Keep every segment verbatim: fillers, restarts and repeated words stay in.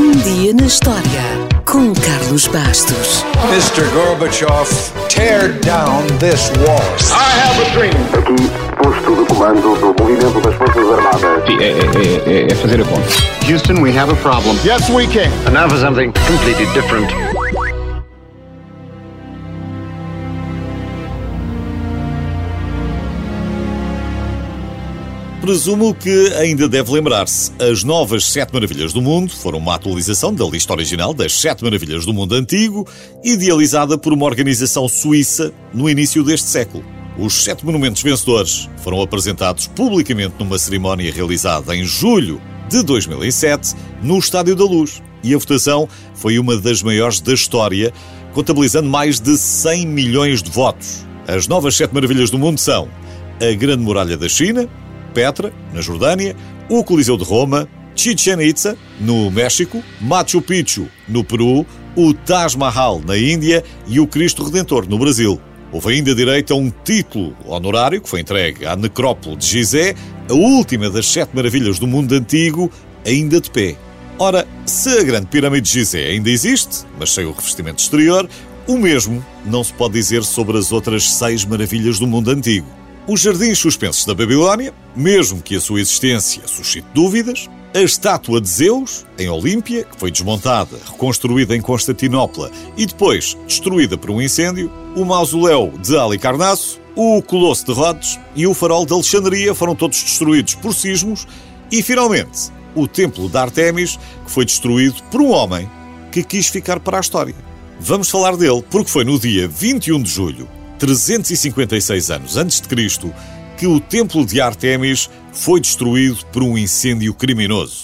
Um dia na história com Carlos Bastos. mister Gorbachev, tear down this wall. I have a dream. Aqui, posto de comando do movimento das Forças Armadas. Sim, é, é, é fazer a conta. Houston, we have a problem. Yes, we can. And now for something completely different. Presumo que ainda deve lembrar-se. As novas Sete Maravilhas do Mundo foram uma atualização da lista original das Sete Maravilhas do Mundo Antigo, idealizada por uma organização suíça no início deste século. Os sete monumentos vencedores foram apresentados publicamente numa cerimónia realizada em julho de dois mil e sete no Estádio da Luz. E a votação foi uma das maiores da história, contabilizando mais de cem milhões de votos. As novas Sete Maravilhas do Mundo são a Grande Muralha da China, Petra, na Jordânia, o Coliseu de Roma, Chichén Itzá, no México, Machu Picchu, no Peru, o Taj Mahal, na Índia e o Cristo Redentor, no Brasil. Houve ainda direito a um título honorário que foi entregue à Necrópole de Gizé, a última das Sete Maravilhas do Mundo Antigo, ainda de pé. Ora, se a Grande Pirâmide de Gizé ainda existe, mas sem o revestimento exterior, o mesmo não se pode dizer sobre as outras seis maravilhas do mundo antigo. Os jardins suspensos da Babilónia, mesmo que a sua existência suscite dúvidas, a estátua de Zeus, em Olímpia, que foi desmontada, reconstruída em Constantinopla e depois destruída por um incêndio, o mausoléu de Halicarnasso, o Colosso de Rhodes e o farol de Alexandria foram todos destruídos por sismos e, finalmente, o templo de Artemis, que foi destruído por um homem que quis ficar para a história. Vamos falar dele porque foi no dia vinte e um de julho, trezentos e cinquenta e seis anos antes de Cristo, que o templo de Artemis foi destruído por um incêndio criminoso.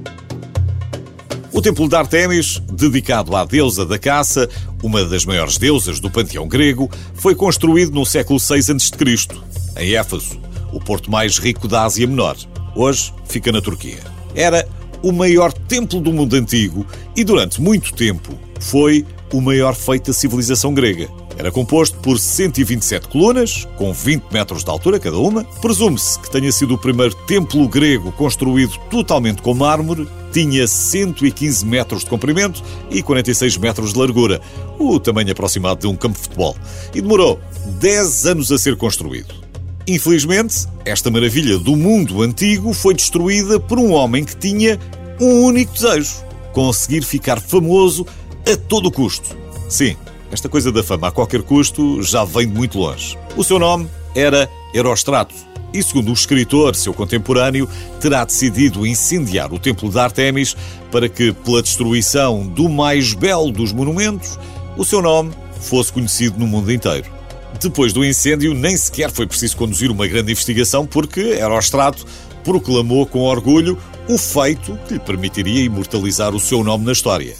O templo de Artemis, dedicado à deusa da caça, uma das maiores deusas do panteão grego, foi construído no século seis antes de Cristo, em Éfaso, o porto mais rico da Ásia Menor. Hoje fica na Turquia. Era o maior templo do mundo antigo e, durante muito tempo, foi o maior feito da civilização grega. Era composto por cento e vinte e sete colunas, com vinte metros de altura cada uma. Presume-se que tenha sido o primeiro templo grego construído totalmente com mármore. Tinha cento e quinze metros de comprimento e quarenta e seis metros de largura, o tamanho aproximado de um campo de futebol. E demorou dez anos a ser construído. Infelizmente, esta maravilha do mundo antigo foi destruída por um homem que tinha um único desejo: conseguir ficar famoso a todo custo. Sim, esta coisa da fama a qualquer custo já vem de muito longe. O seu nome era Heróstrato e, segundo o escritor, seu contemporâneo, terá decidido incendiar o templo de Artemis para que, pela destruição do mais belo dos monumentos, o seu nome fosse conhecido no mundo inteiro. Depois do incêndio, nem sequer foi preciso conduzir uma grande investigação porque Heróstrato proclamou com orgulho o feito que lhe permitiria imortalizar o seu nome na história.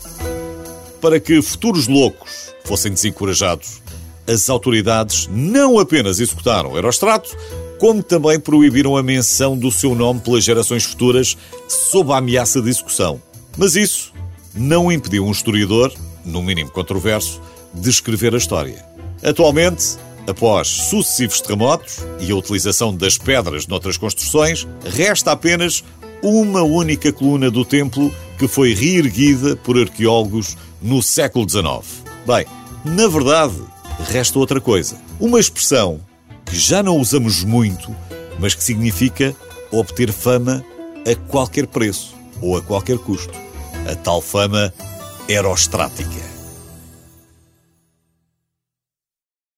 Para que futuros loucos fossem desencorajados, as autoridades não apenas executaram Heróstrato, como também proibiram a menção do seu nome pelas gerações futuras sob a ameaça de execução. Mas isso não impediu um historiador, no mínimo controverso, de escrever a história. Atualmente, após sucessivos terremotos e a utilização das pedras noutras construções, resta apenas uma única coluna do templo que foi reerguida por arqueólogos no século dezenove. Bem, na verdade, resta outra coisa. Uma expressão que já não usamos muito, mas que significa obter fama a qualquer preço ou a qualquer custo. A tal fama herostrática.